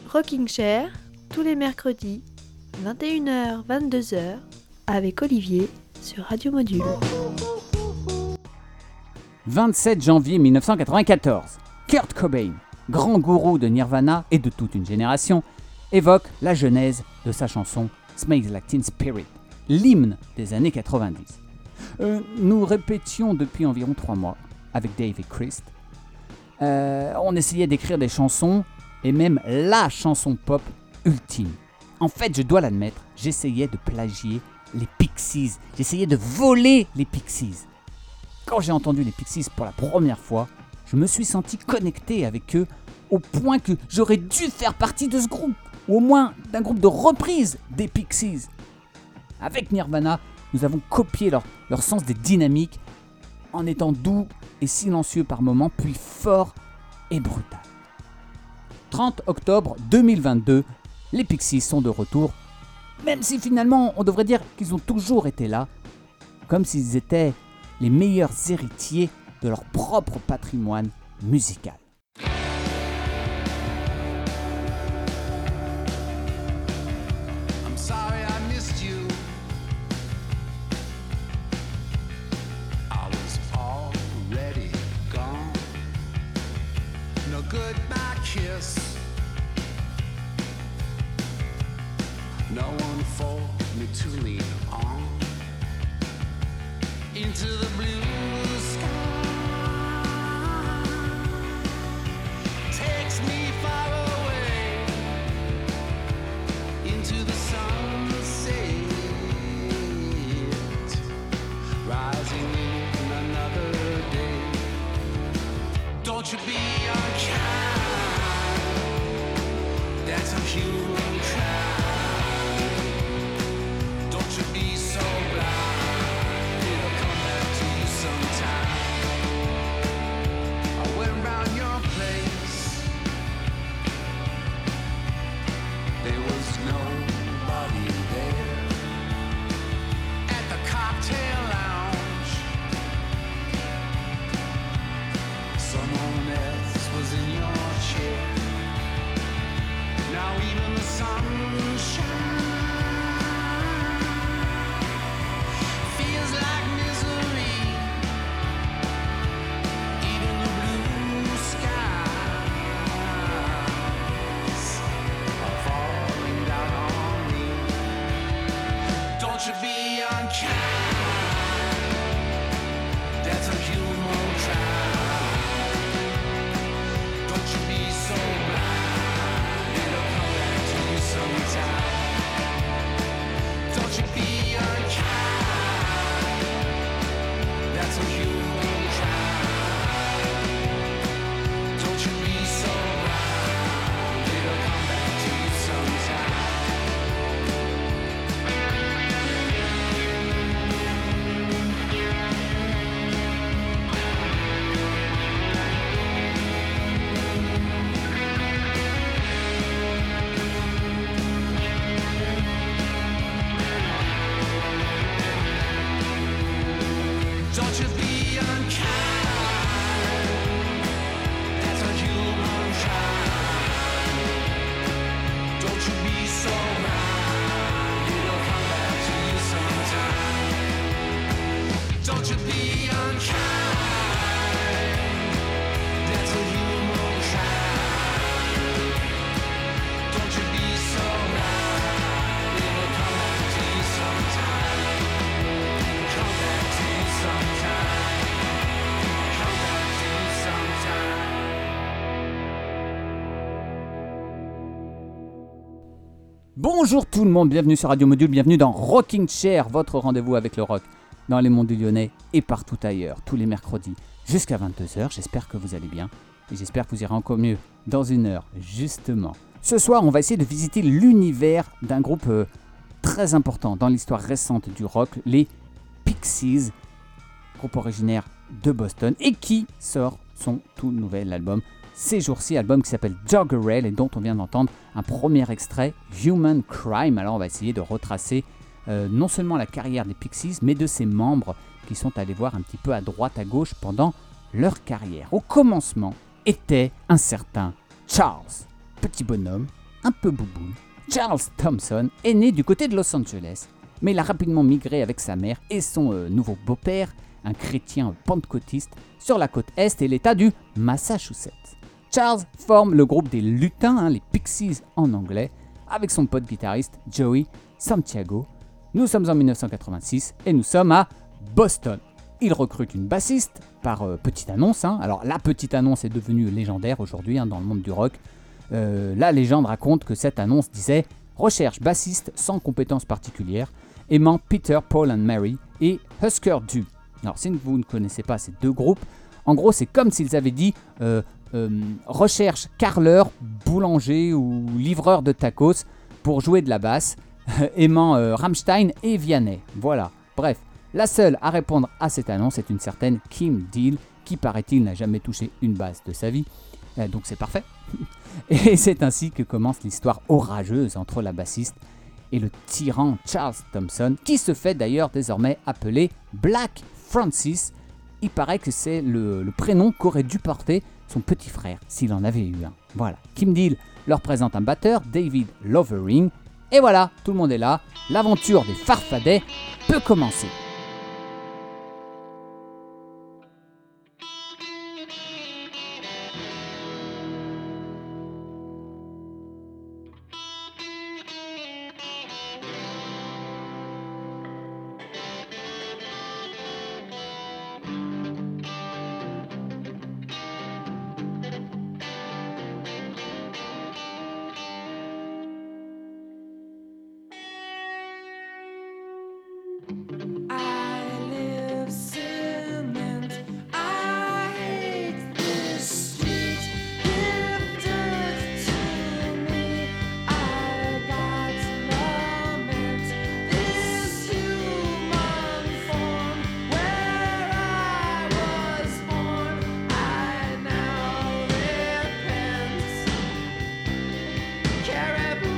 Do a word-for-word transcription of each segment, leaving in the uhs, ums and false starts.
Rocking Chair, tous les mercredis, vingt et une heures vingt-deux heures, avec Olivier sur Radio Module. vingt-sept janvier mille neuf cent quatre-vingt-quatorze, Kurt Cobain, grand gourou de Nirvana et de toute une génération, évoque la genèse de sa chanson Smells Like Teen Spirit, l'hymne des années quatre-vingt-dix. Euh, nous répétions depuis environ trois mois avec Dave et Chris. Euh, on essayait d'écrire des chansons et même la chanson pop ultime. En fait, je dois l'admettre, j'essayais de plagier les Pixies. J'essayais de voler les Pixies. Quand j'ai entendu les Pixies pour la première fois, je me suis senti connecté avec eux au point que j'aurais dû faire partie de ce groupe, ou au moins d'un groupe de reprise des Pixies. Avec Nirvana, nous avons copié leur, leur sens des dynamiques en étant doux et silencieux par moments, puis fort et brutal. trente octobre deux mille vingt-deux, les Pixies sont de retour, même si finalement on devrait dire qu'ils ont toujours été là, comme s'ils étaient les meilleurs héritiers de leur propre patrimoine musical. Goodbye kiss. No one for me to lean on. Into the blue sky takes me far away. Into the sunset, rising in another day. Don't you be unkind. That's a human crime. Don't you be so blind. It'll come back to you sometime. I went around your place. There was nobody there. At the cocktail lounge, someone else was in your chair. Now even the sunshine feels like misery. Even the blue skies are falling down on me. Don't you be unkind. That's a human crime. Don't you be so blind. Sometime. Don't you be unkind. That's a human crime. Don't you be so blind. It'll come back to you sometime. Don't you be unkind. That's a human crime. Don't you be so blind. It'll come back to you sometime. Don't you be unkind. That's a human crime. Don't you be so blind. It'll come back to you sometime. Come back to you sometime. Come back to you sometime. Bonjour tout le monde, bienvenue sur Radio Module, bienvenue dans Rocking Chair, votre rendez-vous avec le rock dans les monts du Lyonnais et partout ailleurs, tous les mercredis jusqu'à vingt-deux heures. J'espère que vous allez bien et j'espère que vous irez encore mieux dans une heure, justement. Ce soir, on va essayer de visiter l'univers d'un groupe euh, très important dans l'histoire récente du rock, les Pixies, groupe originaire de Boston et qui sort son tout nouvel album ces jours-ci, album qui s'appelle Doggerel et dont on vient d'entendre un premier extrait, Human Crime. Alors on va essayer de retracer euh, non seulement la carrière des Pixies, mais de ses membres qui sont allés voir un petit peu à droite, à gauche pendant leur carrière. Au commencement était un certain Charles, petit bonhomme, un peu bouboune, Charles Thompson est né du côté de Los Angeles, mais il a rapidement migré avec sa mère et son euh, nouveau beau-père, un chrétien pentecôtiste, sur la côte est et l'État du Massachusetts. Charles forme le groupe des Lutins, hein, les Pixies en anglais, avec son pote guitariste Joey Santiago. Nous sommes en dix-neuf cent quatre-vingt-six et nous sommes à Boston. Il recrute une bassiste par euh, petite annonce. Hein. Alors la petite annonce est devenue légendaire aujourd'hui hein, dans le monde du rock. Euh, la légende raconte que cette annonce disait « Recherche bassiste sans compétences particulières, aimant Peter, Paul and Mary et Husker Du ». Alors si vous ne connaissez pas ces deux groupes, en gros c'est comme s'ils avaient dit euh, euh, « Recherche carreleur, boulanger ou livreur de tacos pour jouer de la basse, aimant euh, Rammstein et Vianney ». Voilà, bref. La seule à répondre à cette annonce est une certaine Kim Deal, qui paraît-il n'a jamais touché une basse de sa vie, euh, donc c'est parfait. Et c'est ainsi que commence l'histoire orageuse entre la bassiste et le tyran Charles Thompson, qui se fait d'ailleurs désormais appeler Black Francis. Il paraît que c'est le, le prénom qu'aurait dû porter son petit frère, s'il en avait eu un. Voilà, Kim Deal leur présente un batteur, David Lovering, et voilà, tout le monde est là, l'aventure des Farfadets peut commencer. I live cement. I hate this street. Give dirt to me. I got lament this human form where I was born. I now repent. Caribou.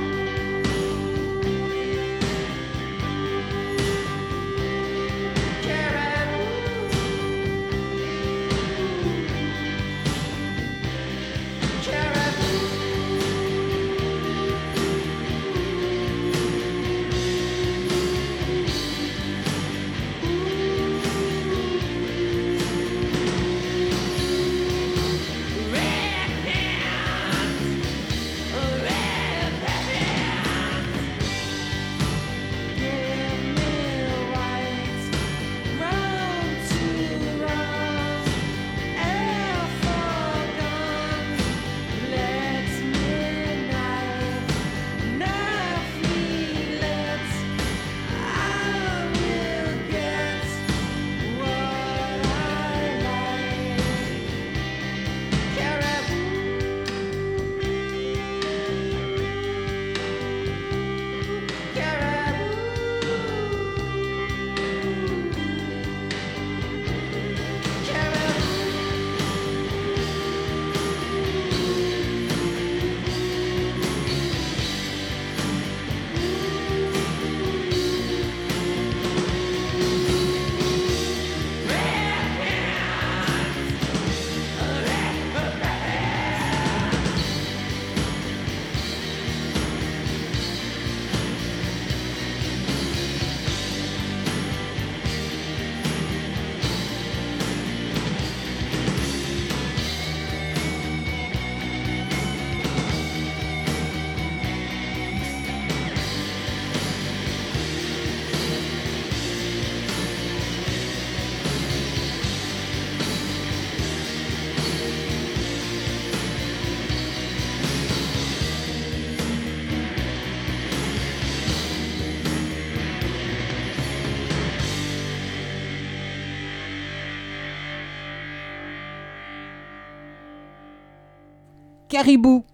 Caribou,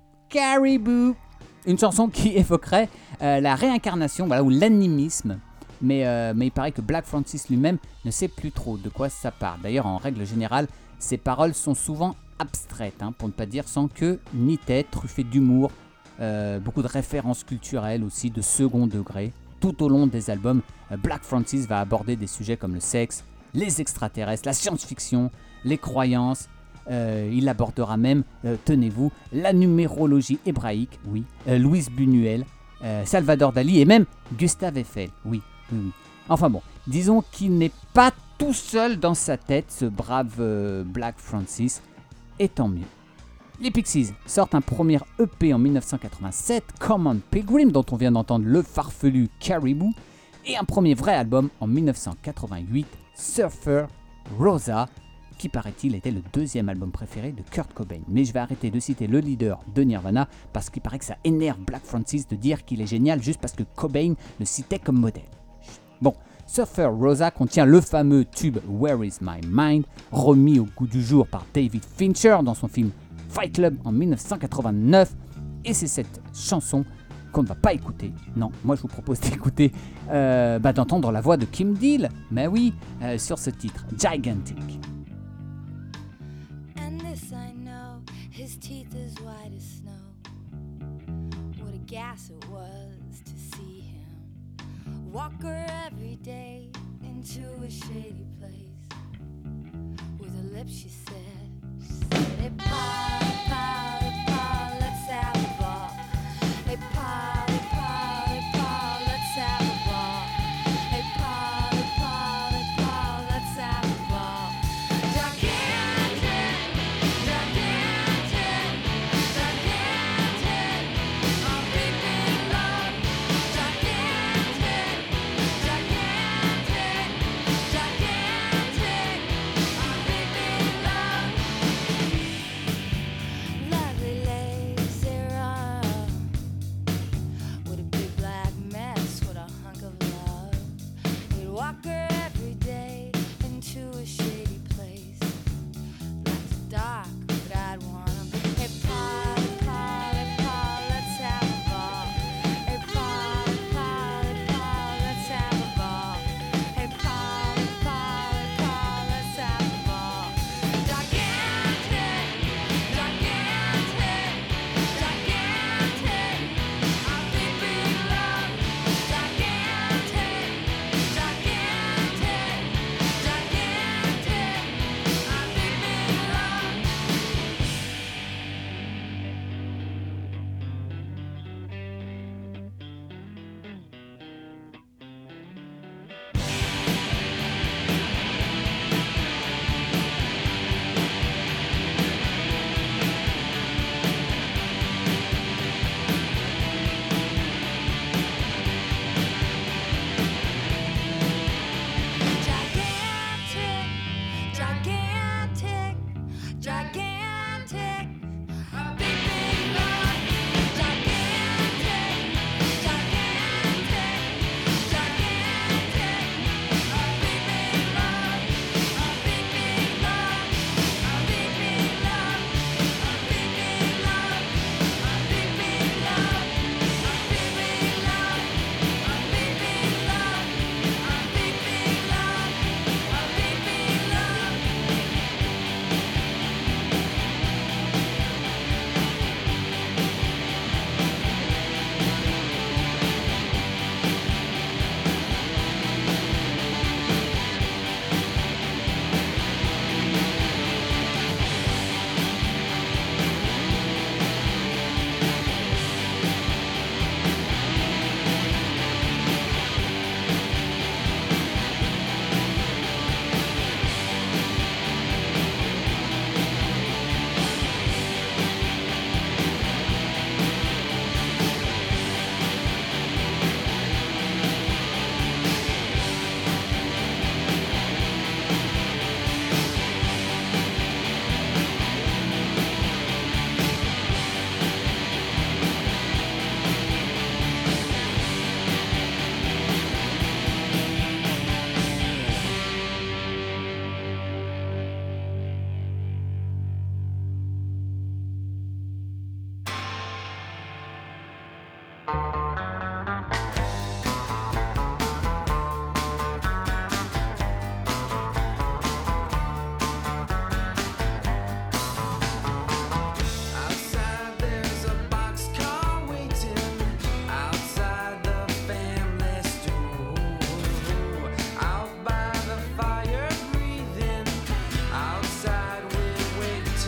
Caribou, une chanson qui évoquerait euh, la réincarnation, voilà, ou l'animisme. Mais, euh, mais il paraît que Black Francis lui-même ne sait plus trop de quoi ça parle. D'ailleurs, en règle générale, ses paroles sont souvent abstraites, hein, pour ne pas dire sans queue ni tête, truffées d'humour, euh, beaucoup de références culturelles aussi, de second degré. Tout au long des albums, euh, Black Francis va aborder des sujets comme le sexe, les extraterrestres, la science-fiction, les croyances, Euh, il abordera même, euh, tenez-vous, la numérologie hébraïque, oui, euh, Louis Buñuel, euh, Salvador Dali et même Gustave Eiffel, oui, oui, oui. Enfin bon, disons qu'il n'est pas tout seul dans sa tête, ce brave euh, Black Francis, et tant mieux. Les Pixies sortent un premier E P en dix-neuf cent quatre-vingt-sept, Common Pilgrim, dont on vient d'entendre le farfelu Caribou, et un premier vrai album en dix-neuf cent quatre-vingt-huit, Surfer Rosa, qui paraît-il était le deuxième album préféré de Kurt Cobain. Mais je vais arrêter de citer le leader de Nirvana, parce qu'il paraît que ça énerve Black Francis de dire qu'il est génial juste parce que Cobain le citait comme modèle. Bon, Surfer Rosa contient le fameux tube Where Is My Mind, remis au goût du jour par David Fincher dans son film Fight Club en dix-neuf cent quatre-vingt-neuf, et c'est cette chanson qu'on ne va pas écouter. Non, moi je vous propose d'écouter, euh, bah, d'entendre la voix de Kim Deal, mais oui, euh, sur ce titre, Gigantic. And this I know, his teeth as white as snow. What a gas it was to see him walk her every day into a shady place. With her lips she said, she said, hey pa, pa, hey pa, let's have a ball. Hey pa, hey pa, hey pa, let's have a ball. Hey pa, hey pa, hey pa, let's have a ball. Gigantic, gigantic, gigantic, a big, big love. Gigantic, gigantic, gigantic, a big, big love. Lovely lazy run with a big black mess, what a hunk of love. He'd walk her every day into a shady place. Black's dark, but I'd wanna be. Hey pa, hey pa, hey pa, let's have a ball. Hey pa, hey pa, hey pa, let's have a ball. Hey pa, hey pa, hey pa, let's have a ball. Gigantic, gigantic, gigantic, a big, big love. Gigantic, gigantic, gigantic, a big, big love. Gigantic, gigantic, gigantic, a big, big love. Gigantic, gigantic, gigantic, a big, big love. A big, big love. A big, big love. A big, big love. A big, big love. A big, big love. A big, big love. A big, big love. A big, big love. Outside there's a boxcar waiting. Outside the family store. Out by the fire breathing. Outside we wait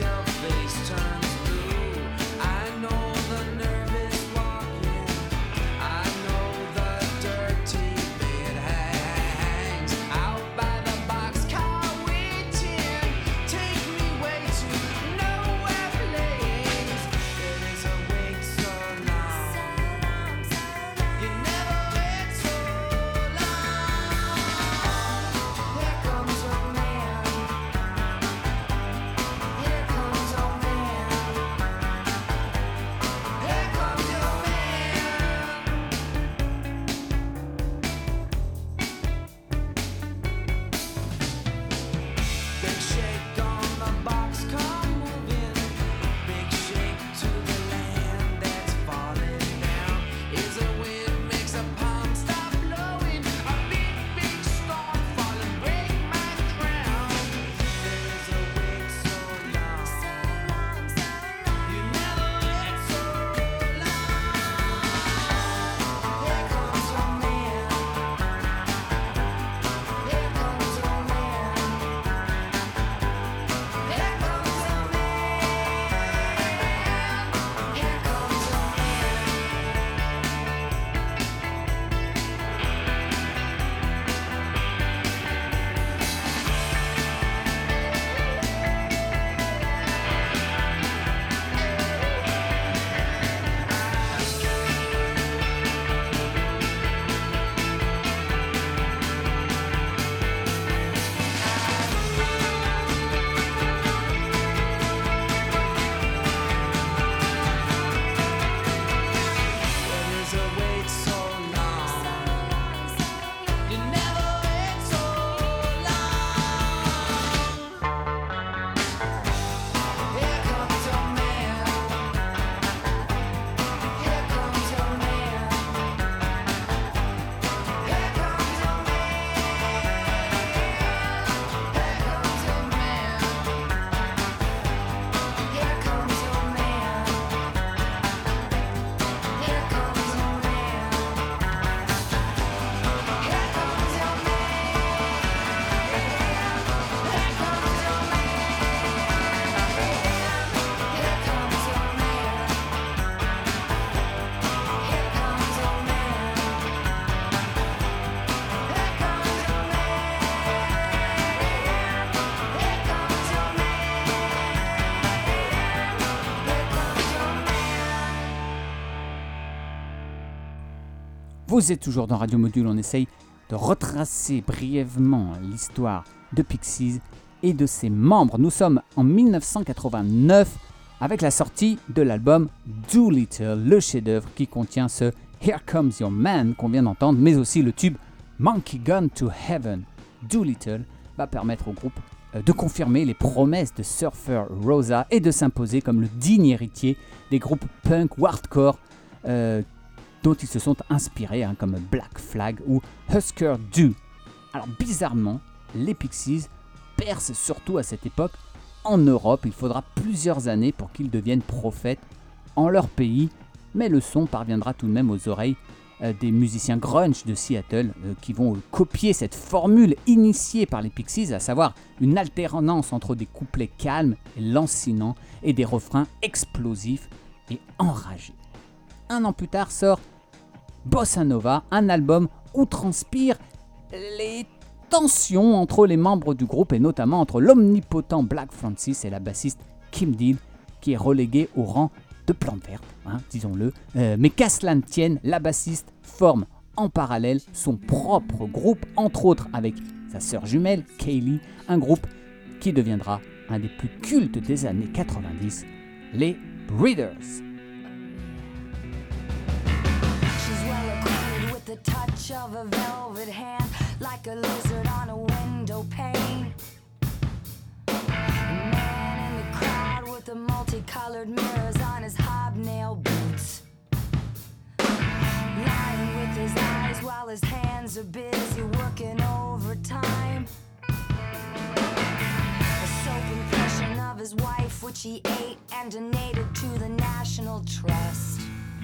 Vous êtes toujours dans Radio Module, on essaye de retracer brièvement l'histoire de Pixies et de ses membres. Nous sommes en dix-neuf cent quatre-vingt-neuf avec la sortie de l'album Doolittle, le chef-d'œuvre qui contient ce Here Comes Your Man qu'on vient d'entendre, mais aussi le tube Monkey Gun to Heaven. Doolittle va permettre au groupe de confirmer les promesses de Surfer Rosa et de s'imposer comme le digne héritier des groupes punk ou hardcore euh, dont ils se sont inspirés, hein, comme Black Flag ou Husker Du. Alors bizarrement, les Pixies percent surtout à cette époque en Europe. Il faudra plusieurs années pour qu'ils deviennent prophètes en leur pays, mais le son parviendra tout de même aux oreilles euh, des musiciens grunge de Seattle euh, qui vont euh, copier cette formule initiée par les Pixies, à savoir une alternance entre des couplets calmes et lancinants et des refrains explosifs et enragés. Un an plus tard sort Bossa Nova, un album où transpirent les tensions entre les membres du groupe et notamment entre l'omnipotent Black Francis et la bassiste Kim Deal qui est reléguée au rang de plante verte, hein, disons-le. Euh, mais qu'à cela ne tienne, la bassiste forme en parallèle son propre groupe, entre autres avec sa sœur jumelle Kaylee, un groupe qui deviendra un des plus cultes des années quatre-vingt-dix, les Breeders. The touch of a velvet hand, like a lizard on a window pane. A man in the crowd with the multicolored mirrors on his hobnail boots, lying with his eyes while his hands are busy working overtime. A soap impression of his wife, which he ate and donated to the National Trust.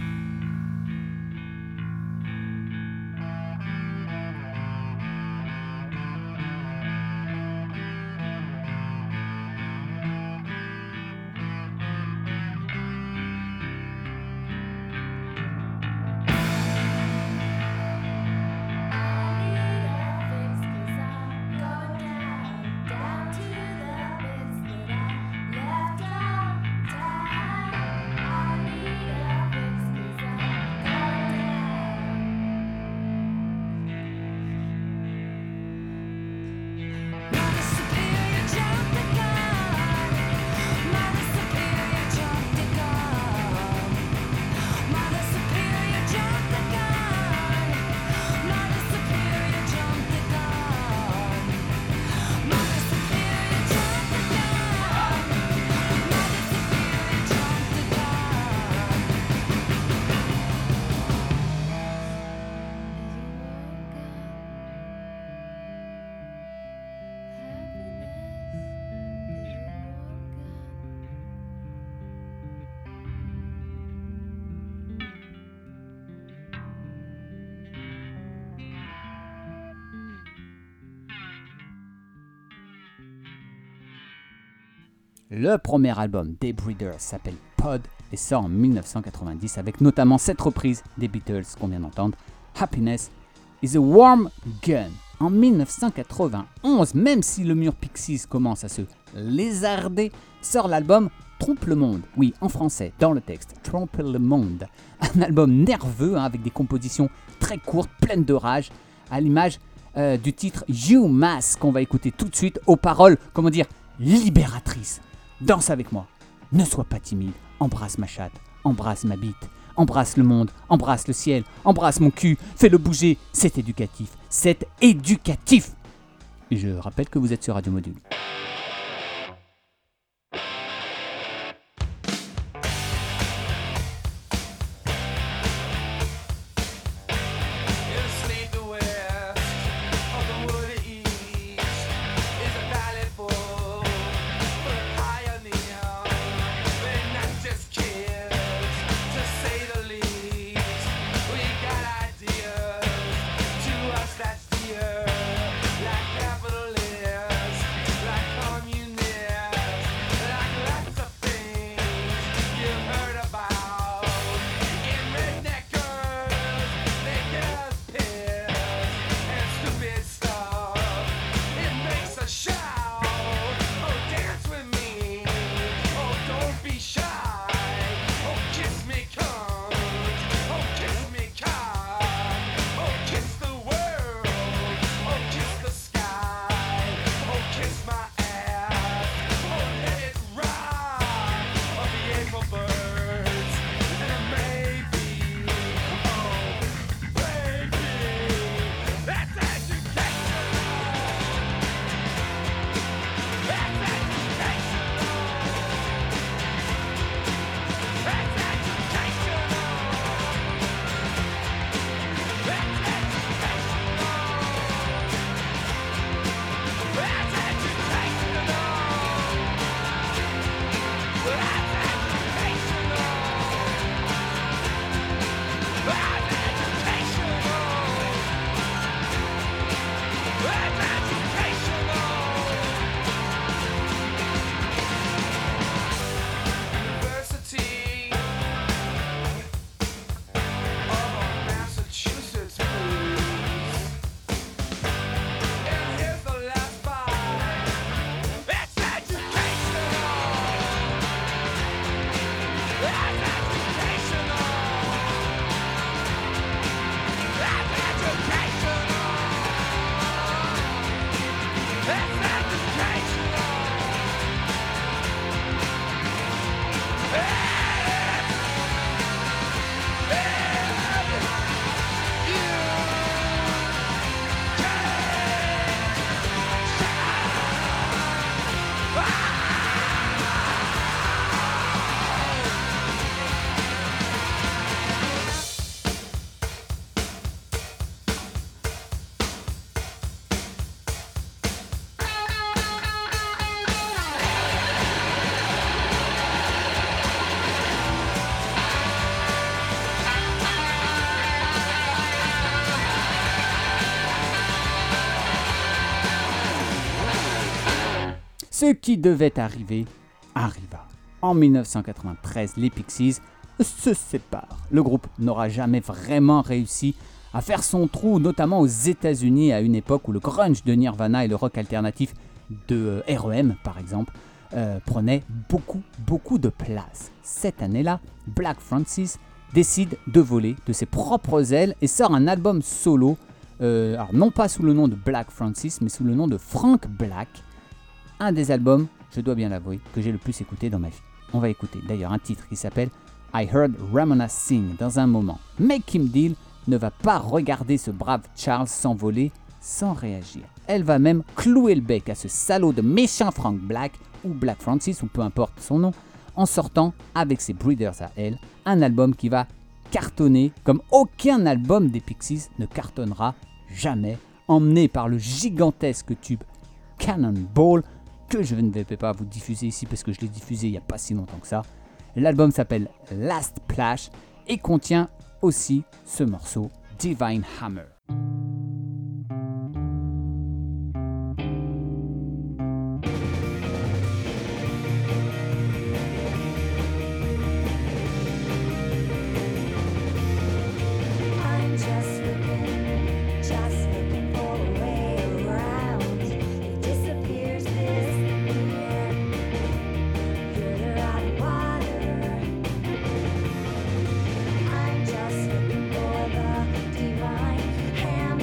Le premier album des Breeders s'appelle Pod et sort en dix-neuf cent quatre-vingt-dix avec notamment cette reprise des Beatles qu'on vient d'entendre, Happiness is a Warm Gun. En dix-neuf cent quatre-vingt-onze, même si le mur Pixies commence à se lézarder, sort l'album Trompe le Monde. Oui, en français, dans le texte, Trompe le Monde. Un album nerveux, hein, avec des compositions très courtes, pleines de rage, à l'image euh, du titre You Mass qu'on va écouter tout de suite, aux paroles, comment dire, libératrices. Danse avec moi, ne sois pas timide, embrasse ma chatte, embrasse ma bite, embrasse le monde, embrasse le ciel, embrasse mon cul, fais-le bouger, c'est éducatif, c'est éducatif. Et je rappelle que vous êtes sur Radio Module. Like capital letters, Ce qui devait arriver arriva. En mille neuf cent quatre-vingt-treize, les Pixies se séparent. Le groupe n'aura jamais vraiment réussi à faire son trou, notamment aux États-Unis, à une époque où le grunge de Nirvana et le rock alternatif de R E M, par exemple, euh, prenaient beaucoup, beaucoup de place. Cette année-là, Black Francis décide de voler de ses propres ailes et sort un album solo, euh, alors non pas sous le nom de Black Francis, mais sous le nom de Frank Black. Un des albums, je dois bien l'avouer, que j'ai le plus écouté dans ma vie. On va écouter d'ailleurs un titre qui s'appelle I Heard Ramona Sing dans un moment. Mais Kim Deal ne va pas regarder ce brave Charles s'envoler sans réagir. Elle va même clouer le bec à ce salaud de méchant Frank Black, ou Black Francis, ou peu importe son nom, en sortant avec ses Breeders à elle, un album qui va cartonner comme aucun album des Pixies ne cartonnera jamais, emmené par le gigantesque tube Cannonball, que je ne vais pas vous diffuser ici parce que je l'ai diffusé il n'y a pas si longtemps que ça. L'album s'appelle Last Splash et contient aussi ce morceau Divine Hammer. I'm just looking, just looking for a way around. It disappears this year. You're out of water. I'm just looking for the divine hammer.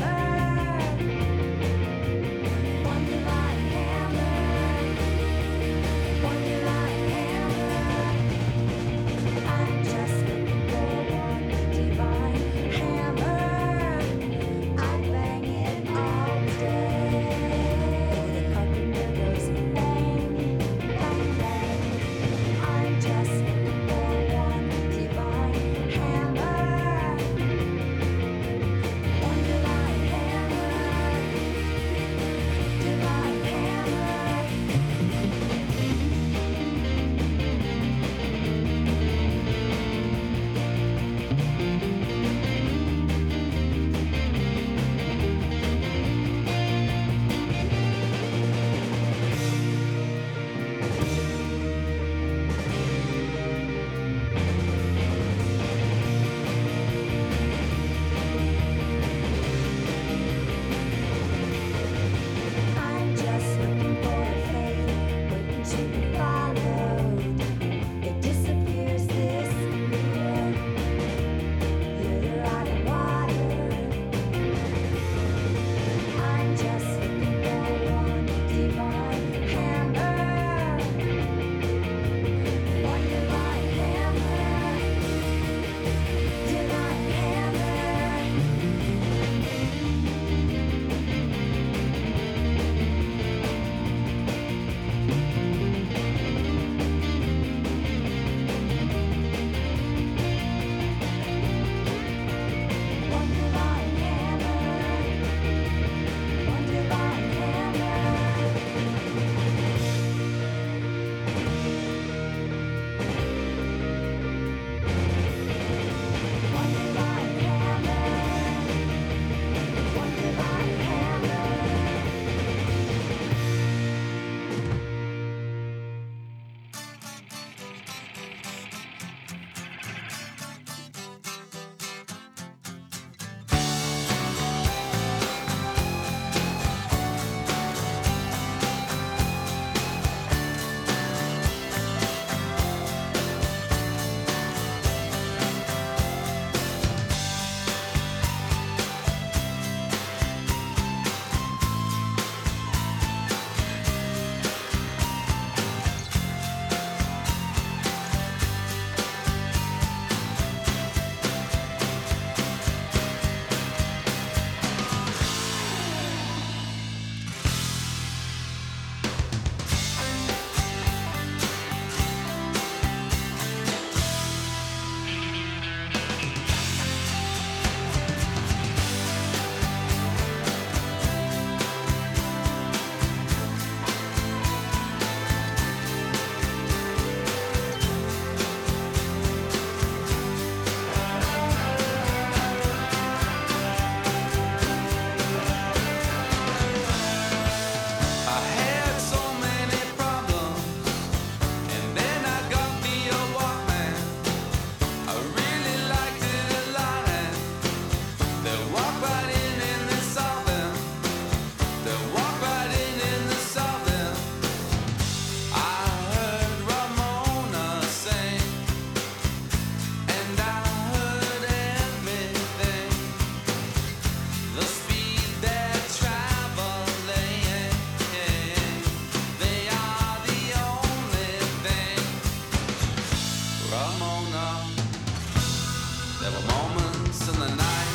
moments in the night.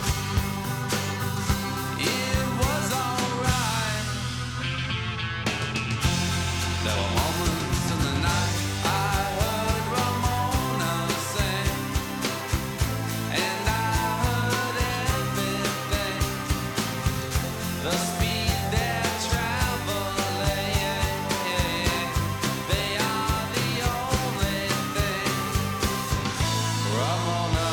It was alright. There were moments in the night I heard Ramona sing, and I heard everything. The speed they're traveling, they are the only thing. Ramona.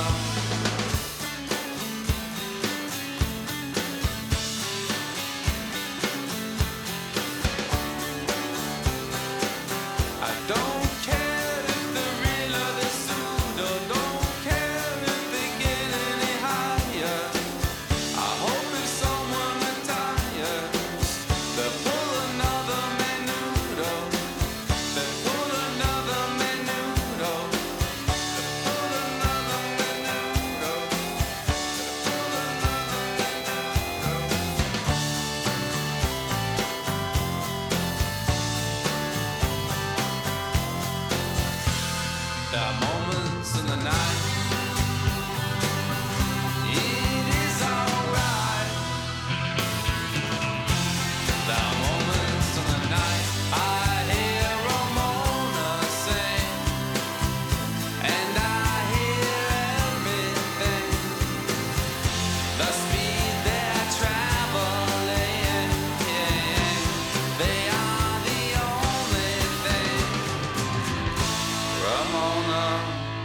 I don't care if they're real or they're pseudo. Don't care if they get any higher. I hope if someone retires, they pull another menudo. They pull another menudo. They pull another menudo. They pull another There are moments in the night. It is alright. There are moments in the night I hear Ramona sing, and I hear everything. The speed they're traveling, they are the only thing. Ramona.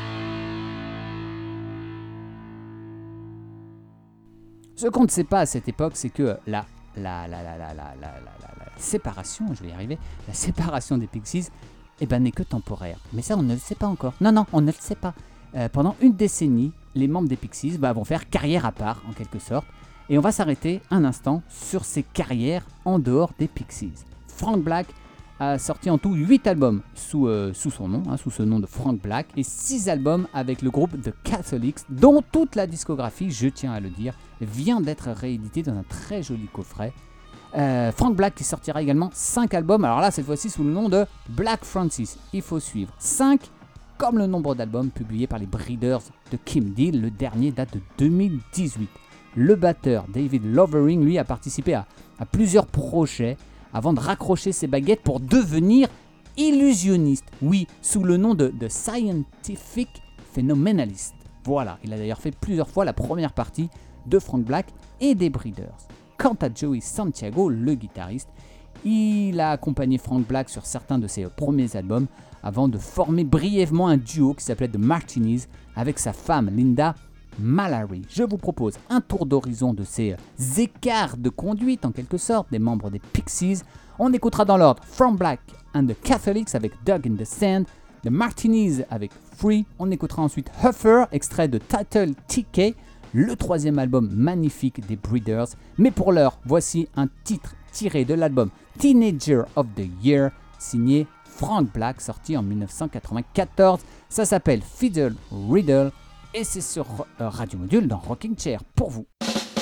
Ce qu'on ne sait pas à cette époque, c'est que la, la, la, la, la, la, la, la, la- la séparation, je vais y arriver, la séparation des Pixies, eh ben, n'est que temporaire. Mais ça, on ne le sait pas encore. Non, non, on ne le sait pas. Euh, pendant une décennie, les membres des Pixies bah, vont faire carrière à part, en quelque sorte. Et on va s'arrêter un instant sur ces carrières en dehors des Pixies. Frank Black a sorti en tout huit albums sous, euh, sous son nom, hein, sous ce nom de Frank Black, et six albums avec le groupe The Catholics, dont toute la discographie, je tiens à le dire, vient d'être rééditée dans un très joli coffret. Euh, Frank Black qui sortira également cinq albums, alors là cette fois-ci sous le nom de Black Francis, il faut suivre. cinq comme le nombre d'albums publiés par les Breeders de Kim Deal, le dernier date de deux mille dix-huit. Le batteur David Lovering, lui, a participé à, à plusieurs projets avant de raccrocher ses baguettes pour devenir illusionniste. Oui, sous le nom de, de Scientific Phenomenalist. Voilà, il a d'ailleurs fait plusieurs fois la première partie de Frank Black et des Breeders. Quant à Joey Santiago, le guitariste, il a accompagné Frank Black sur certains de ses premiers albums avant de former brièvement un duo qui s'appelait The Martinis avec sa femme Linda Mallory. Je vous propose un tour d'horizon de ces écarts de conduite en quelque sorte des membres des Pixies. On écoutera dans l'ordre Frank Black and the Catholics avec Dug in the Sand, The Martinis avec Free. On écoutera ensuite Huffer, extrait de Title T K, le troisième album magnifique des Breeders. Mais pour l'heure, voici un titre tiré de l'album Teenager of the Year, signé Frank Black, sorti en dix-neuf cent quatre-vingt-quatorze. Ça s'appelle Fiddle Riddle et c'est sur euh, Radio Module dans Rocking Chair pour vous.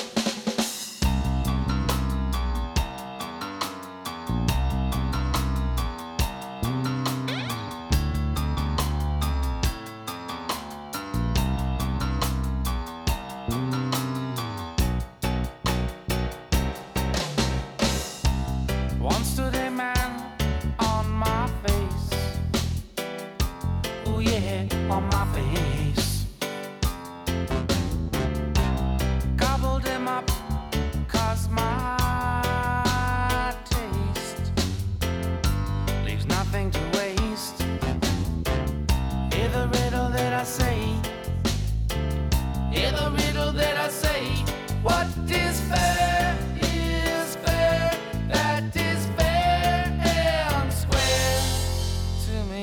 Once stood a man on my face. Oh yeah, on my face. Gobbled him up, cause my taste leaves nothing to waste. Hear the riddle that I say. Hear the riddle that I say. What is fair is fair. That is fair and square to me.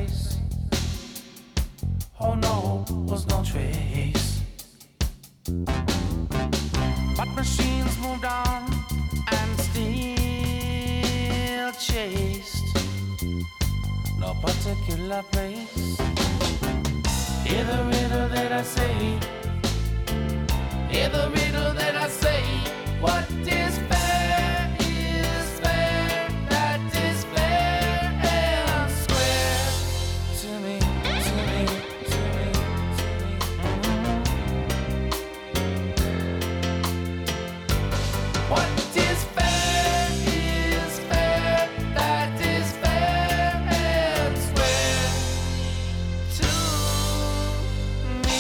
trace. Oh no, was no trace. But machines moved on and still chased no particular place. Hear the riddle that I say. Hear the riddle that I say. What is fair is fair. That is fair and square to me, to me, to me, to me. Mm-hmm. What is fair is fair. That is fair and square to me.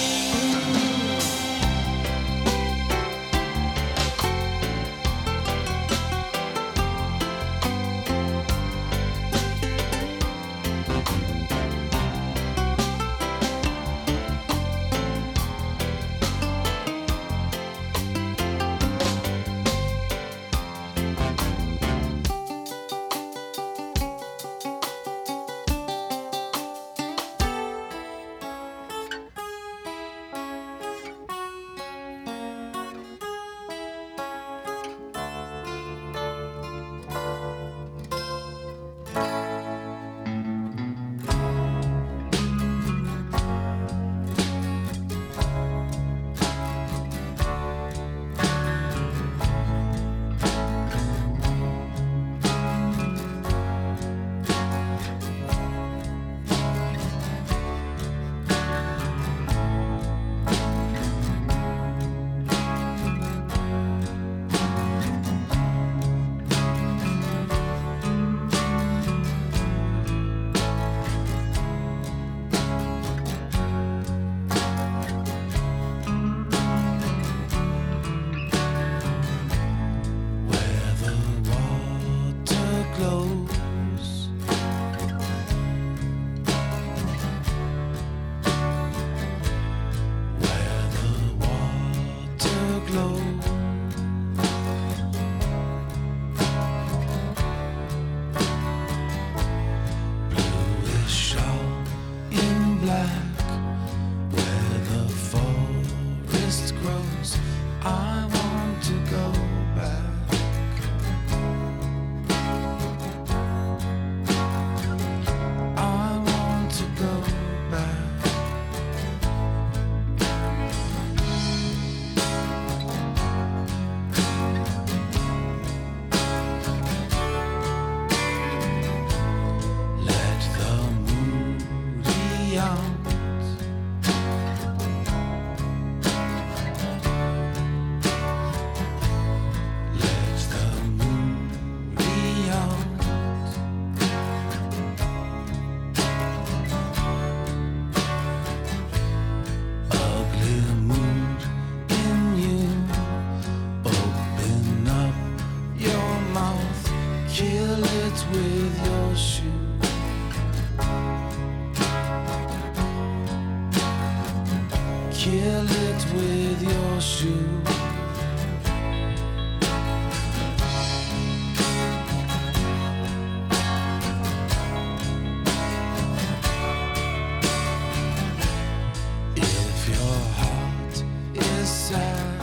Where the water glows, where the water glows, bluish all in black, where the forest grows. I want to go back. I want to go back. Let the moody out. Let the moody out. Ugly mood in you. Open up your mouth. Kill it with your shoe. Kill it with your shoe. If your heart is sad,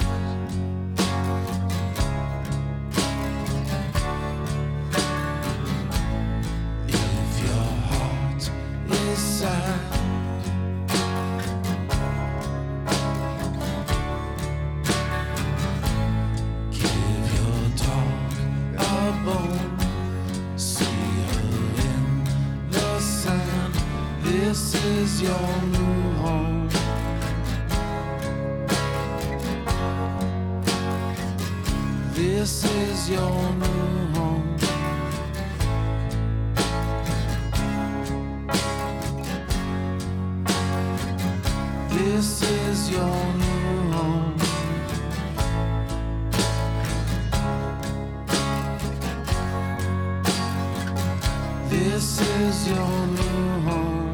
if your heart is sad, give your dog a bone. See her in the sand. This is your new home. This is your new home. This is your new home. This is your new home.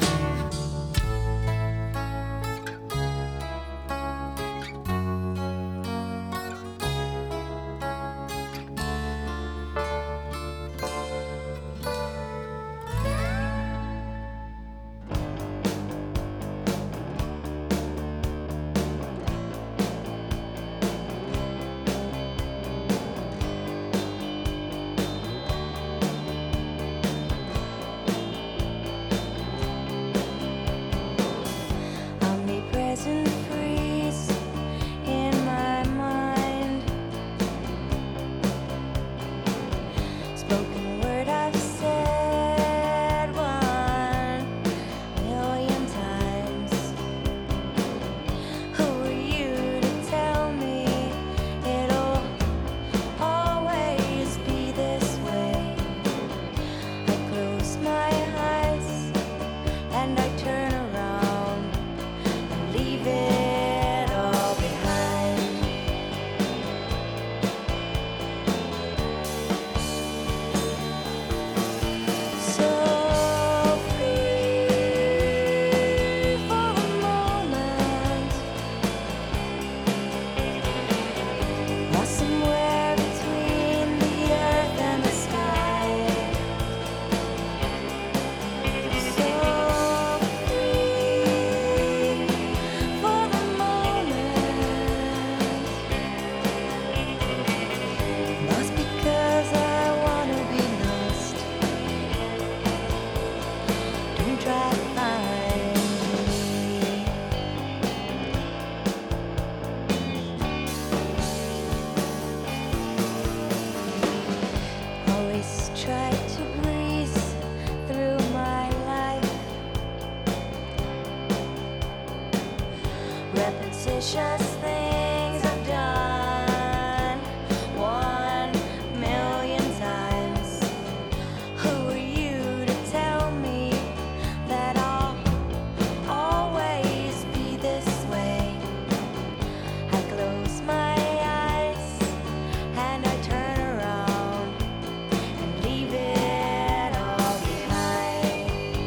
repetitious things I've done one million times. Who are you to tell me that I'll always be this way? I close my eyes and I turn around and leave it all behind.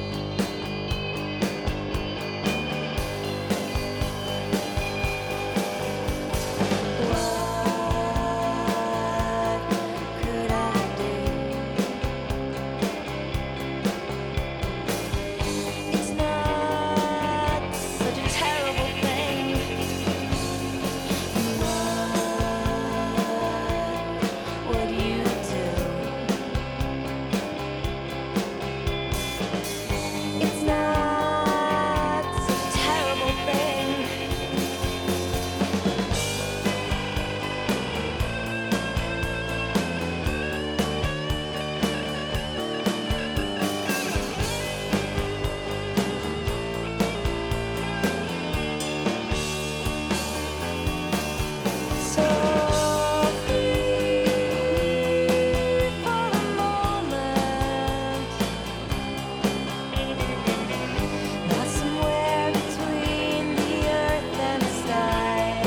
What could I do? It's not such a terrible thing. What would you do? It's not such a terrible thing. So free for the moment, not somewhere between the earth and the sky.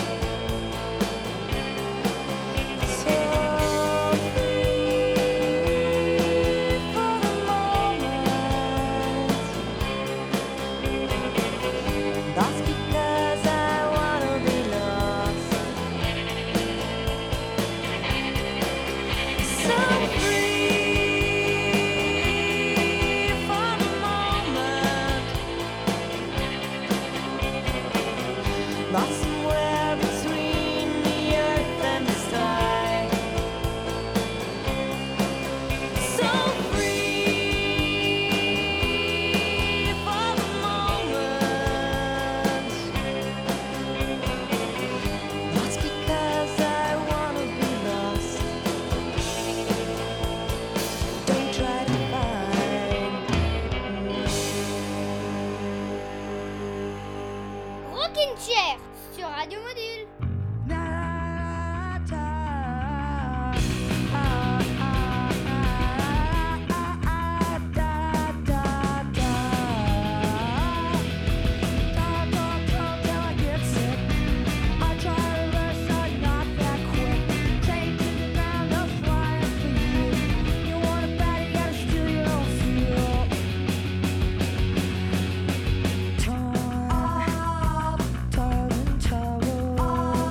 So free for the moment, lost because I wanna be lost. So free for the moment, lost somewhere between the earth and the sky. So free for the moment, lost because I wanna be lost. Don't try to find me. Rockin' Chair sur Radio Module. Darling, towel.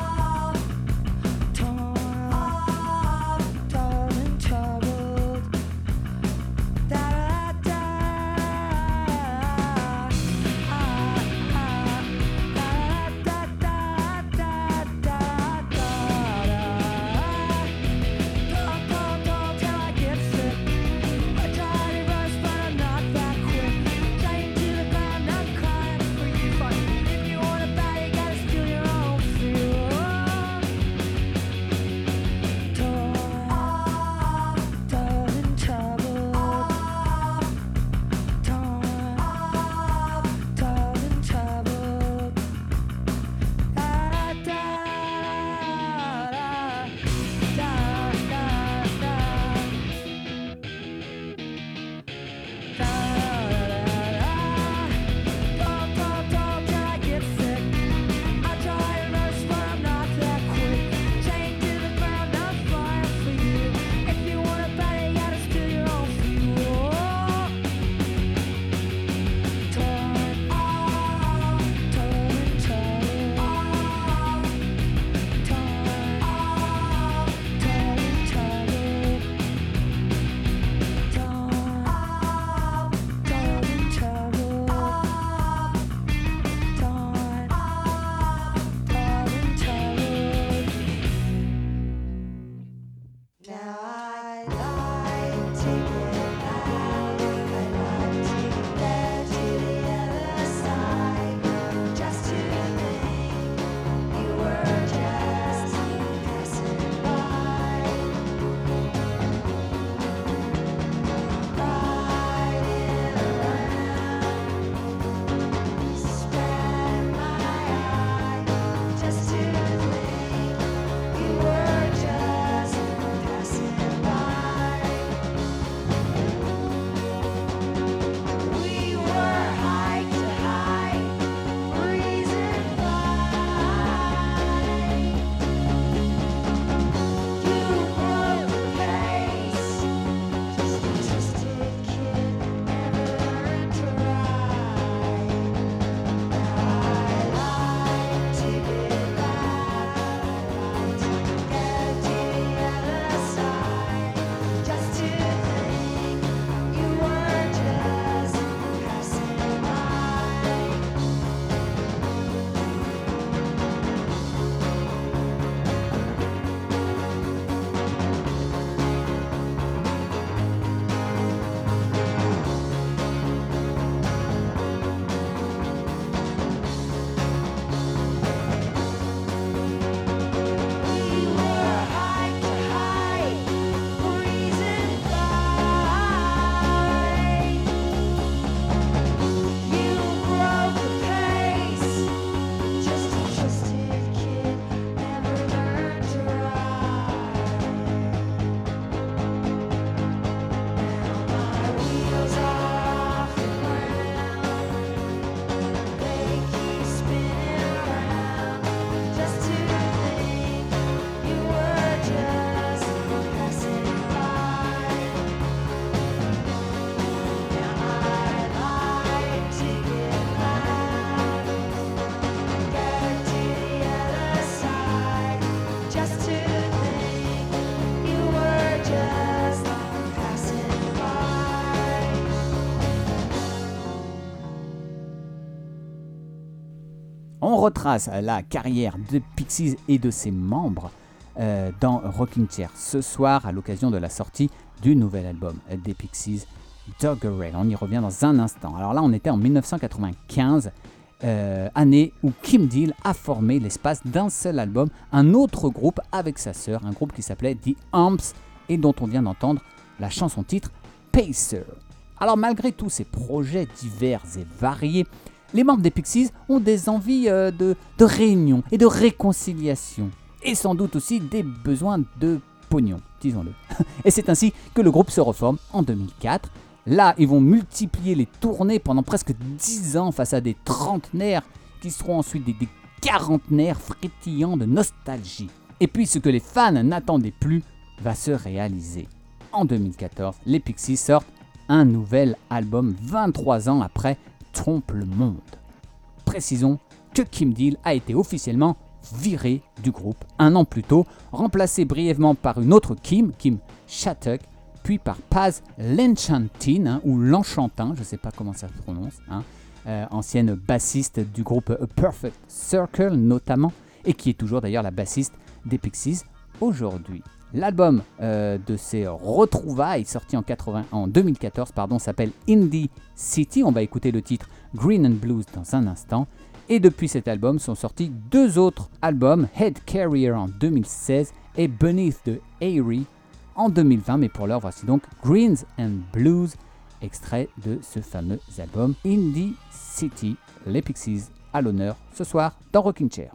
On retrace la carrière de Pixies et de ses membres euh, dans Rocking Chair ce soir à l'occasion de la sortie du nouvel album des Pixies, Dogger Rail. On y revient dans un instant. Alors là, on était en dix-neuf cent quatre-vingt-quinze, euh, année où Kim Deal a formé l'espace d'un seul album un autre groupe avec sa sœur, un groupe qui s'appelait The Amps et dont on vient d'entendre la chanson titre Pacer. Alors malgré tous ces projets divers et variés, les membres des Pixies ont des envies euh, de, de réunion et de réconciliation. Et sans doute aussi des besoins de pognon, disons-le. Et c'est ainsi que le groupe se reforme en deux mille quatre. Là, ils vont multiplier les tournées pendant presque dix ans face à des trentenaires qui seront ensuite des, des quarantenaires frétillants de nostalgie. Et puis ce que les fans n'attendaient plus va se réaliser. En deux mille quatorze, les Pixies sortent un nouvel album vingt-trois ans après Trompe le Monde. Précisons que Kim Deal a été officiellement viré du groupe un an plus tôt, remplacé brièvement par une autre Kim, Kim Shattuck, puis par Paz L'Enchantin, hein, ou L'Enchantin, je ne sais pas comment ça se prononce, hein, euh, ancienne bassiste du groupe A Perfect Circle notamment, et qui est toujours d'ailleurs la bassiste des Pixies aujourd'hui. L'album euh, de ces retrouvailles, sorti en, quatre-vingts, en deux mille quatorze, pardon, s'appelle Indie City. On va écouter le titre Green and Blues dans un instant. Et depuis cet album sont sortis deux autres albums, Head Carrier en deux mille seize et Beneath the Eyrie en deux mille vingt. Mais pour l'heure, voici donc Greens and Blues, extrait de ce fameux album Indie City. Les Pixies à l'honneur ce soir dans Rocking Chair.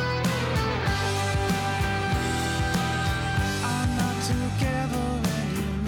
I'm not too careful anymore.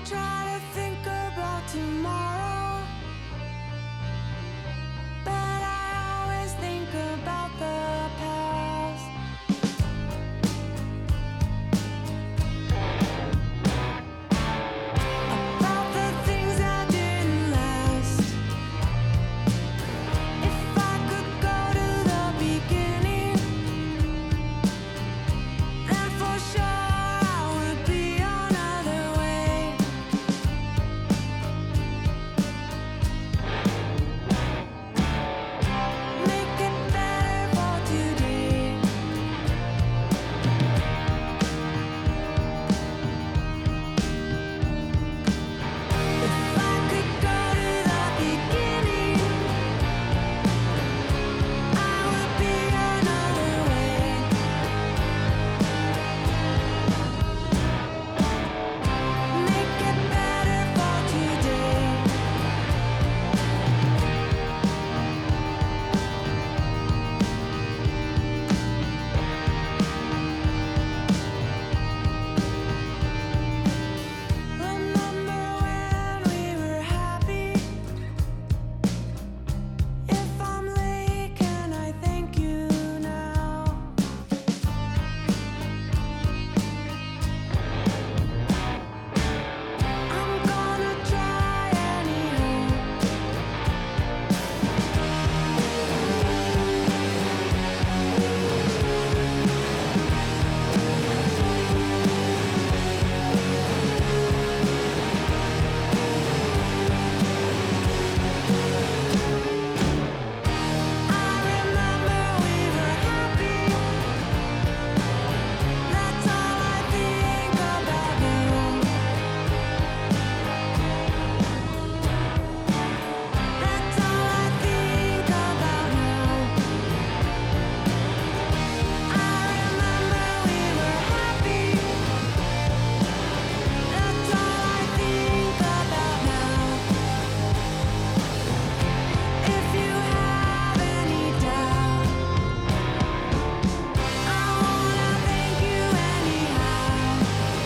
try to think about tomorrow, but I always think about the past. About the things that didn't last. If I could go to the beginning, then for sure I would be another way. Make it better for today. If I could go to the beginning, I would be another way. Make it better for today. Remember when we were happy? If I'm late, can I thank you now? I'm gonna try anyhow. I remember we were happy. That's all I think about now. That's all I think about now. I remember we were happy. That's all I think about now. If you have any doubt, I wanna thank you anyhow.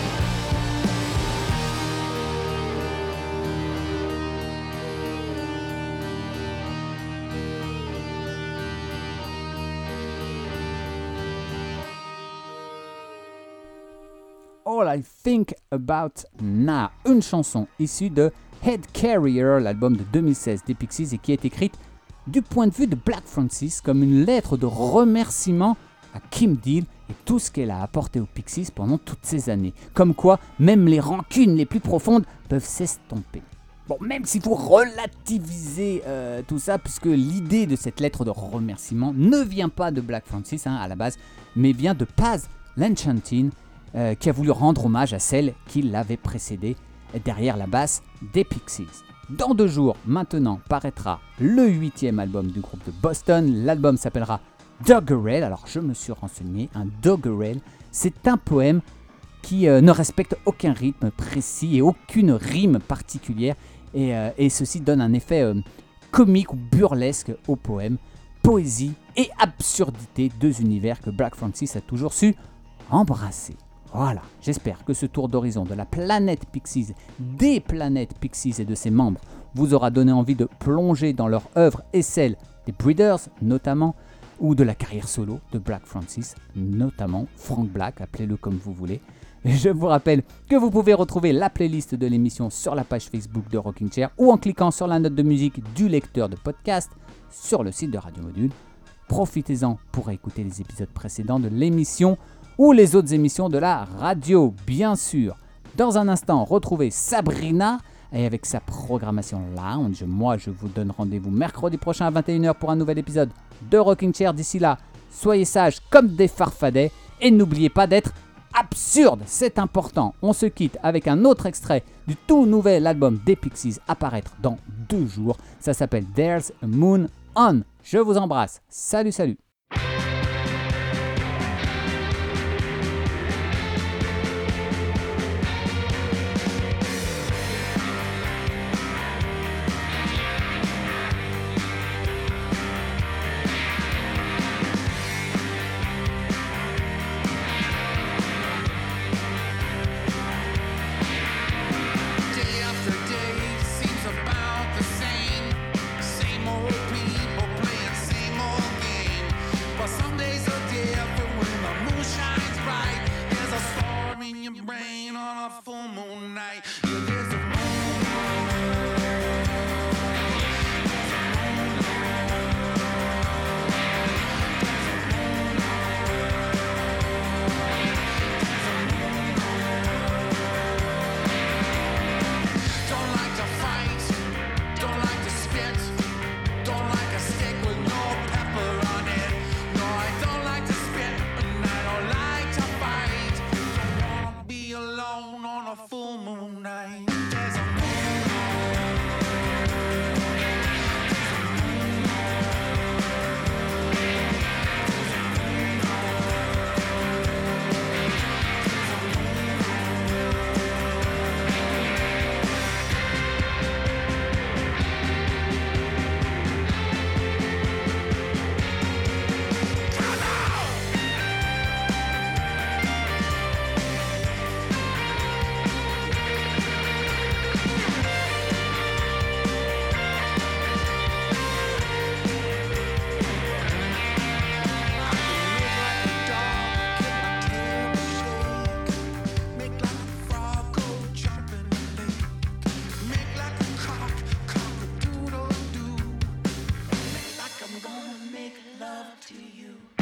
All I Think About Now, une chanson issue de Head Carrier, l'album de deux mille seize des Pixies, et qui est écrite du point de vue de Black Francis comme une lettre de remerciement à Kim Deal et tout ce qu'elle a apporté aux Pixies pendant toutes ces années. Comme quoi, même les rancunes les plus profondes peuvent s'estomper. Bon, même s'il faut relativiser euh, tout ça, puisque l'idée de cette lettre de remerciement ne vient pas de Black Francis hein, à la base, mais vient de Paz L'Enchanting, euh, qui a voulu rendre hommage à celle qui l'avait précédée derrière la basse des Pixies. Dans deux jours, maintenant, paraîtra le huitième album du groupe de Boston. L'album s'appellera Doggerel. Alors, je me suis renseigné, un Doggerel, c'est un poème qui euh, ne respecte aucun rythme précis et aucune rime particulière. Et, euh, et ceci donne un effet euh, comique ou burlesque au poème. Poésie et absurdité, deux univers que Black Francis a toujours su embrasser. Voilà, j'espère que ce tour d'horizon de la planète Pixies, des planètes Pixies et de ses membres vous aura donné envie de plonger dans leur œuvre et celle des Breeders notamment, ou de la carrière solo de Black Francis, notamment Frank Black, appelez-le comme vous voulez. Je vous rappelle que vous pouvez retrouver la playlist de l'émission sur la page Facebook de Rocking Chair ou en cliquant sur la note de musique du lecteur de podcast sur le site de Radio Module. Profitez-en pour écouter les épisodes précédents de l'émission ou les autres émissions de la radio, bien sûr. Dans un instant, retrouvez Sabrina et avec sa programmation lounge. Moi, je vous donne rendez-vous mercredi prochain à vingt et une heures pour un nouvel épisode de Rocking Chair. D'ici là, soyez sages comme des farfadets et n'oubliez pas d'être absurde, c'est important. On se quitte avec un autre extrait du tout nouvel album des Pixies à paraître dans deux jours. Ça s'appelle There's a Moon On. Je vous embrasse. Salut, salut. love to you.